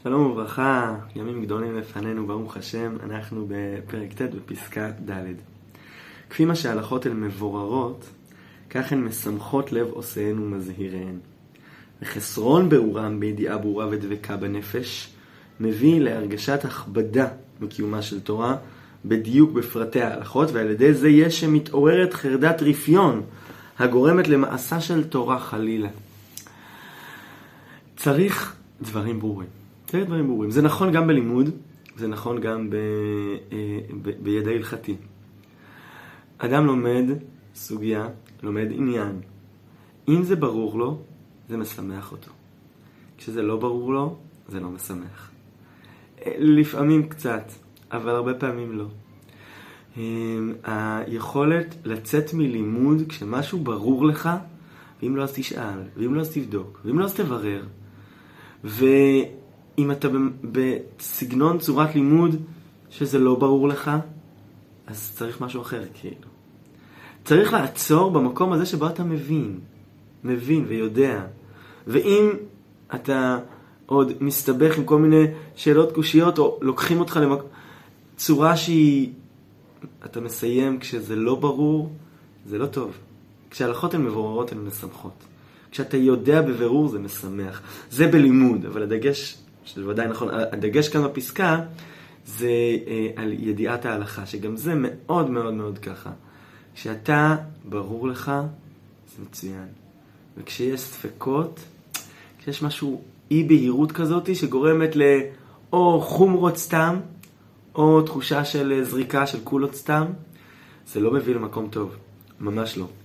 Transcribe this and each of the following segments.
שלום וברכה, ימים גדולים לפנינו, ברוך השם, אנחנו בפרק ט' בפסקה ד'. כפי מה שההלכות הן מבוררות, כך הן משמחות לב עושיהן ומזהיריהן. וחסרון באורם בידיעה ברורה ודבקה בנפש, מביא להרגשת הכבדה בקיומה של תורה, בדיוק בפרטי ההלכות, ועל ידי זה יש שמתעוררת חרדת רפיון, הגורמת למעשה של תורה חלילה. צריך דברים ברורים. זה נכון גם בלימוד, זה נכון גם בידע הלכתי. אדם לומד סוגיה, לומד עניין. אם זה ברור לו, זה משמח אותו. כשזה לא ברור לו, זה לא משמח. לפעמים קצת, אבל הרבה פעמים לא. היכולת לצאת מלימוד כשמשהו ברור לך, ואם לא אז תשאל, ואם לא אז תבדוק, ואם לא אז תברר. ואם אתה בסגנון צורת לימוד שזה לא ברור לך, אז צריך משהו אחר כאילו. צריך לעצור במקום הזה שבו אתה מבין ויודע. ואם אתה עוד מסתבך עם כל מיני שאלות קושיות, או לוקחים אותך צורה שהיא, אתה מסיים כשזה לא ברור, זה לא טוב. כשההלכות הן מבוררות הן משמחות. כשאתה יודע בבירור זה משמח. זה בלימוד, אבל הדגש, שזה ודאי נכון, הדגש כאן בפסקה, זה על ידיעת ההלכה, שגם זה מאוד מאוד מאוד ככה. כשאתה ברור לך, זה מצוין. וכשיש ספקות, כשיש משהו אי בהירות כזאת, שגורמת או חומרות סתם, או תחושה של זריקה של קולות סתם, זה לא מביא למקום טוב. ממש לא.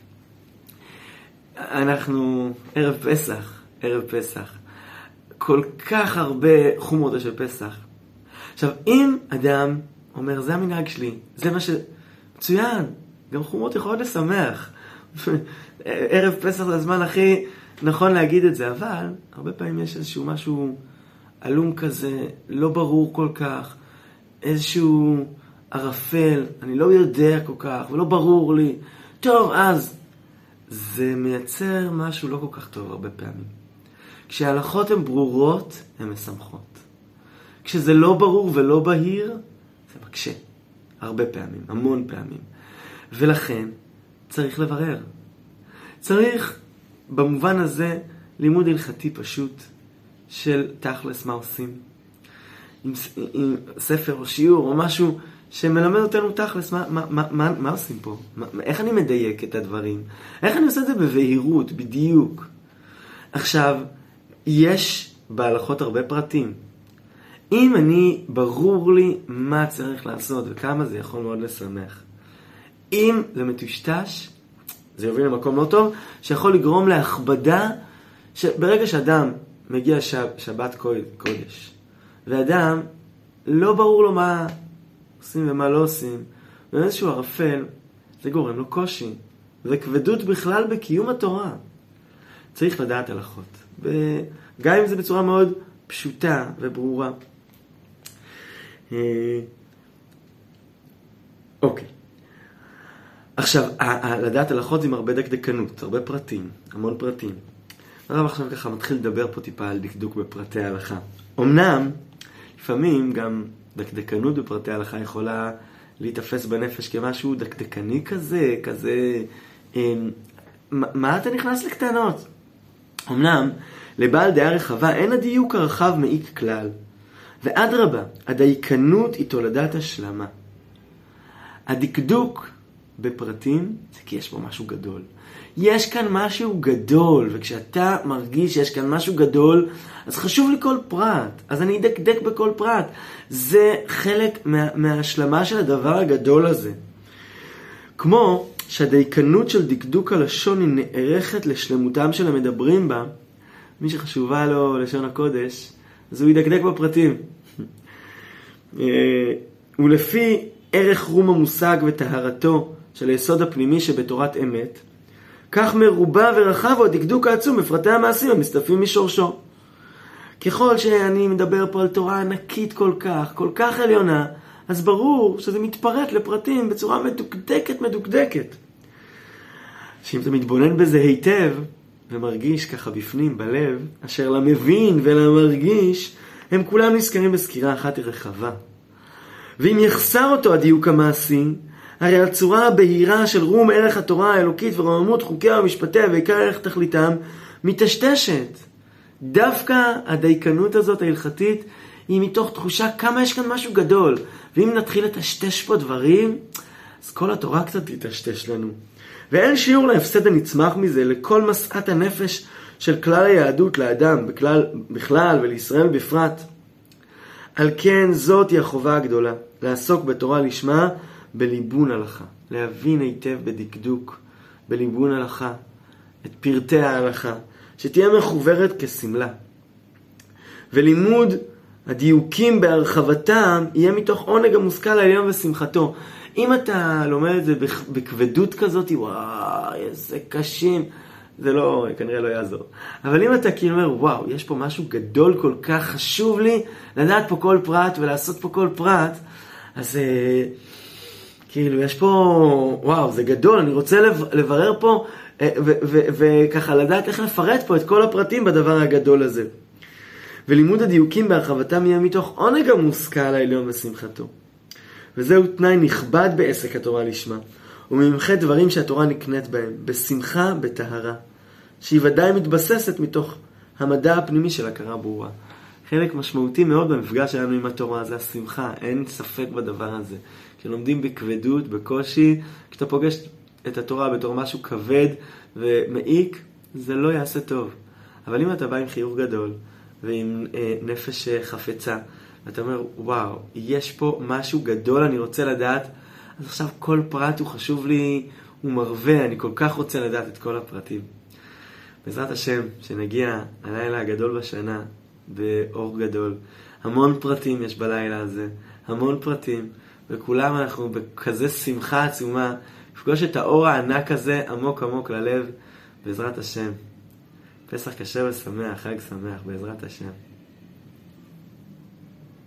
אנחנו ערב פסח. כל כך הרבה חומרות של פסח. עכשיו, אם אדם אומר, זה המנהג שלי, זה מה מצוין, גם חומרות יכולות לשמח. ערב פסח זה הזמן הכי נכון להגיד את זה, אבל הרבה פעמים יש איזשהו משהו עלום כזה, לא ברור כל כך, איזשהו ערפל, אני לא יודע כל כך, ולא ברור לי. טוב, אז זה מייצר משהו לא כל כך טוב הרבה פעמים. כשההלכות הן ברורות, הן משמחות. כשזה לא ברור ולא בהיר, זה מקשה. הרבה פעמים, המון פעמים. ולכן צריך לברר. צריך במובן הזה לימוד הלכתי פשוט של תכלס מה עושים. עם ספר או שיעור או משהו שמלמד אותנו תכלס מה עושים פה. איך אני מדייק את הדברים. איך אני עושה את זה בבהירות, בדיוק. עכשיו, יש בהלכות הרבה פרטים. אם ברור לי מה צריך לעשות וכמה זה יכול מאוד לשמח. אם זה מטושטש, זה יוביל למקום לא טוב, שיכול לגרום להכבדה, שברגע שאדם מגיע שבת קודש, ואדם לא ברור לו מה עושים ומה לא עושים, ואיזשהו ערפל, זה גורם לו קושי. זה כבדות בכלל בקיום התורה. צריך לדעת הלכות. גם אם זה בצורה מאוד פשוטה וברורה. אוקיי. עכשיו, לדעת הלכות זה עם הרבה דקדקנות, הרבה פרטים, המון פרטים. הרב עכשיו ככה מתחיל לדבר פה טיפה על דקדוק בפרטי ההלכה. אמנם, לפעמים גם דקדקנות בפרטי ההלכה יכולה להתאפס בנפש כמשהו דקדקני כזה, מה אתה נכנס לקטנות? אמנם, לבעל דעה רחבה אין הדיוק הרחב מעיק כלל. ואדרבה, הדייקנות היא תולדת השלמה. הדקדוק בפרטים זה כי יש פה משהו גדול. יש כאן משהו גדול, וכשאתה מרגיש שיש כאן משהו גדול, אז חשוב לי כל פרט. אז אני אדקדק בכל פרט. זה חלק מההשלמה של הדבר הגדול הזה. כמו שהדייקנות של דקדוק הלשון היא נערכת לשלמותם של המדברים בה, מי שחשובה לו לשון הקודש, אז הוא ידקדק בפרטים. ולפי ערך רום המושג וטהרתו של היסוד הפנימי שבתורת אמת, כך מרובה ורחב הוא הדקדוק העצום בפרטי המעשים המסתפים משורשו. ככל שאני מדבר פה על תורה ענקית כל כך עליונה, אז ברור שזה מתפרט לפרטים בצורה מדוקדקת. שאם אתה מתבונן בזה היטב, ומרגיש ככה בפנים, בלב, אשר למבין ולמרגיש, הם כולם נזכרים בסקירה אחת רחבה. ואם יחסר אותו הדיוק המעשי, הרי הצורה הבהירה של רום ערך התורה האלוקית ורוממות חוקיה ומשפטיה ועיקר ערך תכליתם מטשטשת. דווקא הדייקנות הזאת ההלכתית היא מתוך תחושה כמה יש כאן משהו גדול. ואם נתחיל לטשטש פה דברים, אז כל התורה קצת תטשטש לנו. ואין שיעור להפסד הנצמח מזה לכל משאת הנפש של כלל היהדות לאדם בכלל ולישראל בפרט. על כן זאת היא החובה הגדולה, לעסוק בתורה לשמה בליבון הלכה, להבין היטב בדקדוק, בליבון הלכה, את פרטי ההלכה, שתהיה מחוברת כסמלה. ולימוד הדיוקים בהרחבתם יהיה מתוך עונג המושכל העליון ושמחתו. אם אתה לומד את זה בכבדות כזאת, וואי, איזה קשים, זה לא, כנראה לא יעזור. אבל אם אתה כאילו אומר, וואו, יש פה משהו גדול כל כך, חשוב לי לדעת פה כל פרט ולעשות פה כל פרט, אז כאילו יש פה, וואו, זה גדול, אני רוצה לברר פה, וככה לדעת איך לפרט פה את כל הפרטים בדבר הגדול הזה. ולימוד הדיוקים בהרחבתם יהיה מתוך עונג המושכל העליון ושמחתו. וזהו תנאי נכבד בעסק התורה לשמה, וממחה דברים שהתורה נקנית בהם, בשמחה, בטהרה, שהיא ודאי מתבססת מתוך המדע הפנימי של הכרה ברורה. חלק משמעותי מאוד במפגש שלנו עם התורה זה השמחה, אין ספק בדבר הזה. כשלומדים בכבדות, בקושי, כשאתה פוגש את התורה בתור משהו כבד ומעיק, זה לא יעשה טוב. אבל אם אתה בא עם חיוך גדול ועם נפש חפצה, ואתה אומר, וואו, יש פה משהו גדול, אני רוצה לדעת, אז עכשיו כל פרט הוא חשוב לי, הוא מרווה, אני כל כך רוצה לדעת את כל הפרטים. בעזרת השם, שנגיע הלילה הגדול בשנה, באור גדול. המון פרטים יש בלילה הזה, המון פרטים, וכולם אנחנו בכזה שמחה עצומה, לפגוש את האור הענק הזה עמוק עמוק ללב, בעזרת השם. פסח כשר ושמח, חג שמח, בעזרת השם.